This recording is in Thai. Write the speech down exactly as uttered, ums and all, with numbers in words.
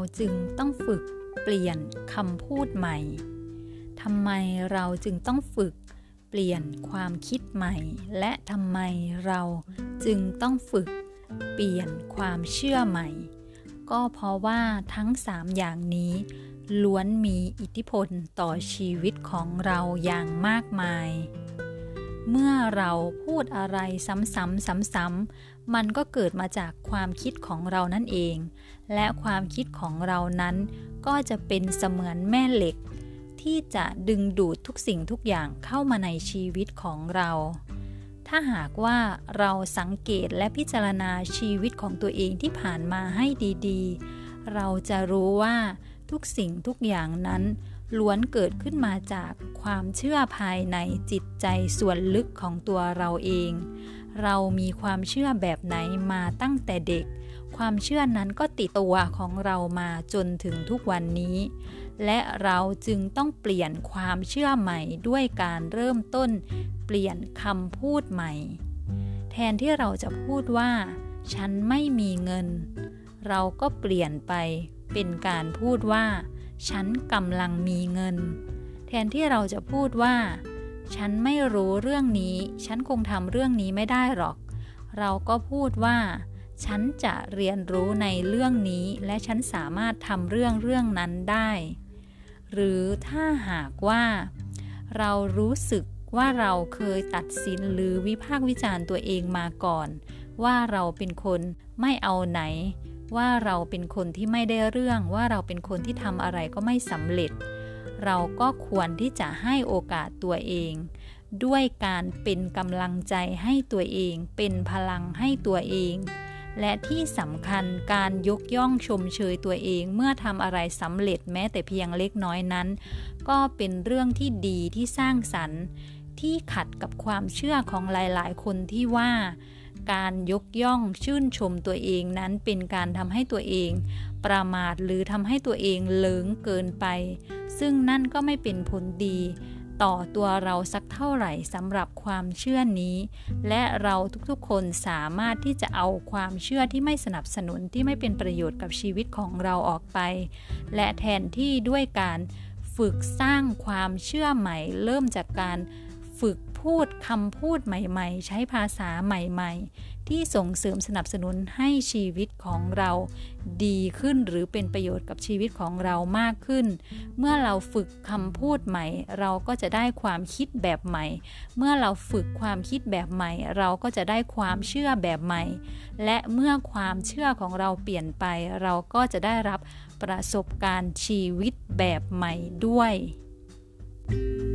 จึงต้องฝึกเปลี่ยนคำพูดใหม่ทำไมเราจึงต้องฝึกเปลี่ยนความคิดใหม่และทำไมเราจึงต้องฝึกเปลี่ยนความเชื่อใหม่ก็เพราะว่าทั้งสามอย่างนี้ล้วนมีอิทธิพลต่อชีวิตของเราอย่างมากมายเมื่อเราพูดอะไรซ้ำๆซ้ำๆมันก็เกิดมาจากความคิดของเรานั่นเองและความคิดของเรานั้นก็จะเป็นเสมือนแม่เหล็กที่จะดึงดูดทุกสิ่งทุกอย่างเข้ามาในชีวิตของเราถ้าหากว่าเราสังเกตและพิจารณาชีวิตของตัวเองที่ผ่านมาให้ดีๆเราจะรู้ว่าทุกสิ่งทุกอย่างนั้นล้วนเกิดขึ้นมาจากความเชื่อภายในจิตใจส่วนลึกของตัวเราเองเรามีความเชื่อแบบไหนมาตั้งแต่เด็กความเชื่อนั้นก็ติดตัวของเรามาจนถึงทุกวันนี้และเราจึงต้องเปลี่ยนความเชื่อใหม่ด้วยการเริ่มต้นเปลี่ยนคำพูดใหม่แทนที่เราจะพูดว่าฉันไม่มีเงินเราก็เปลี่ยนไปเป็นการพูดว่าฉันกำลังมีเงินแทนที่เราจะพูดว่าฉันไม่รู้เรื่องนี้ฉันคงทำเรื่องนี้ไม่ได้หรอกเราก็พูดว่าฉันจะเรียนรู้ในเรื่องนี้และฉันสามารถทำเรื่องเรื่องนั้นได้หรือถ้าหากว่าเรารู้สึกว่าเราเคยตัดสินหรือวิพากษ์วิจารณ์ตัวเองมาก่อนว่าเราเป็นคนไม่เอาไหนว่าเราเป็นคนที่ไม่ได้เรื่องว่าเราเป็นคนที่ทำอะไรก็ไม่สำเร็จเราก็ควรที่จะให้โอกาสตัวเองด้วยการเป็นกำลังใจให้ตัวเองเป็นพลังให้ตัวเองและที่สำคัญการยกย่องชมเชยตัวเองเมื่อทำอะไรสำเร็จแม้แต่เพียงเล็กน้อยนั้นก็เป็นเรื่องที่ดีที่สร้างสรรค์ที่ขัดกับความเชื่อของหลายๆคนที่ว่าการยกย่องชื่นชมตัวเองนั้นเป็นการทำให้ตัวเองประมาทหรือทำให้ตัวเองเหลิงเกินไปซึ่งนั่นก็ไม่เป็นผลดีต่อตัวเราสักเท่าไหร่สำหรับความเชื่อนี้และเราทุกๆคนสามารถที่จะเอาความเชื่อที่ไม่สนับสนุนที่ไม่เป็นประโยชน์กับชีวิตของเราออกไปและแทนที่ด้วยการฝึกสร้างความเชื่อใหม่เริ่มจากการฝึกพูดคำพูดใหม่ๆใช้ภาษาใหม่ๆที่ส่งเสริมสนับสนุนให้ชีวิตของเราดีขึ้นหรือเป็นประโยชน์กับชีวิตของเรามากขึ้นเมื่อเราฝึกคำพูดใหม่เราก็จะได้ความคิดแบบใหม่เมื่อเราฝึกความคิดแบบใหม่เราก็จะได้ความเชื่อแบบใหม่และเมื่อความเชื่อของเราเปลี่ยนไปเราก็จะได้รับประสบการณ์ชีวิตแบบใหม่ด้วย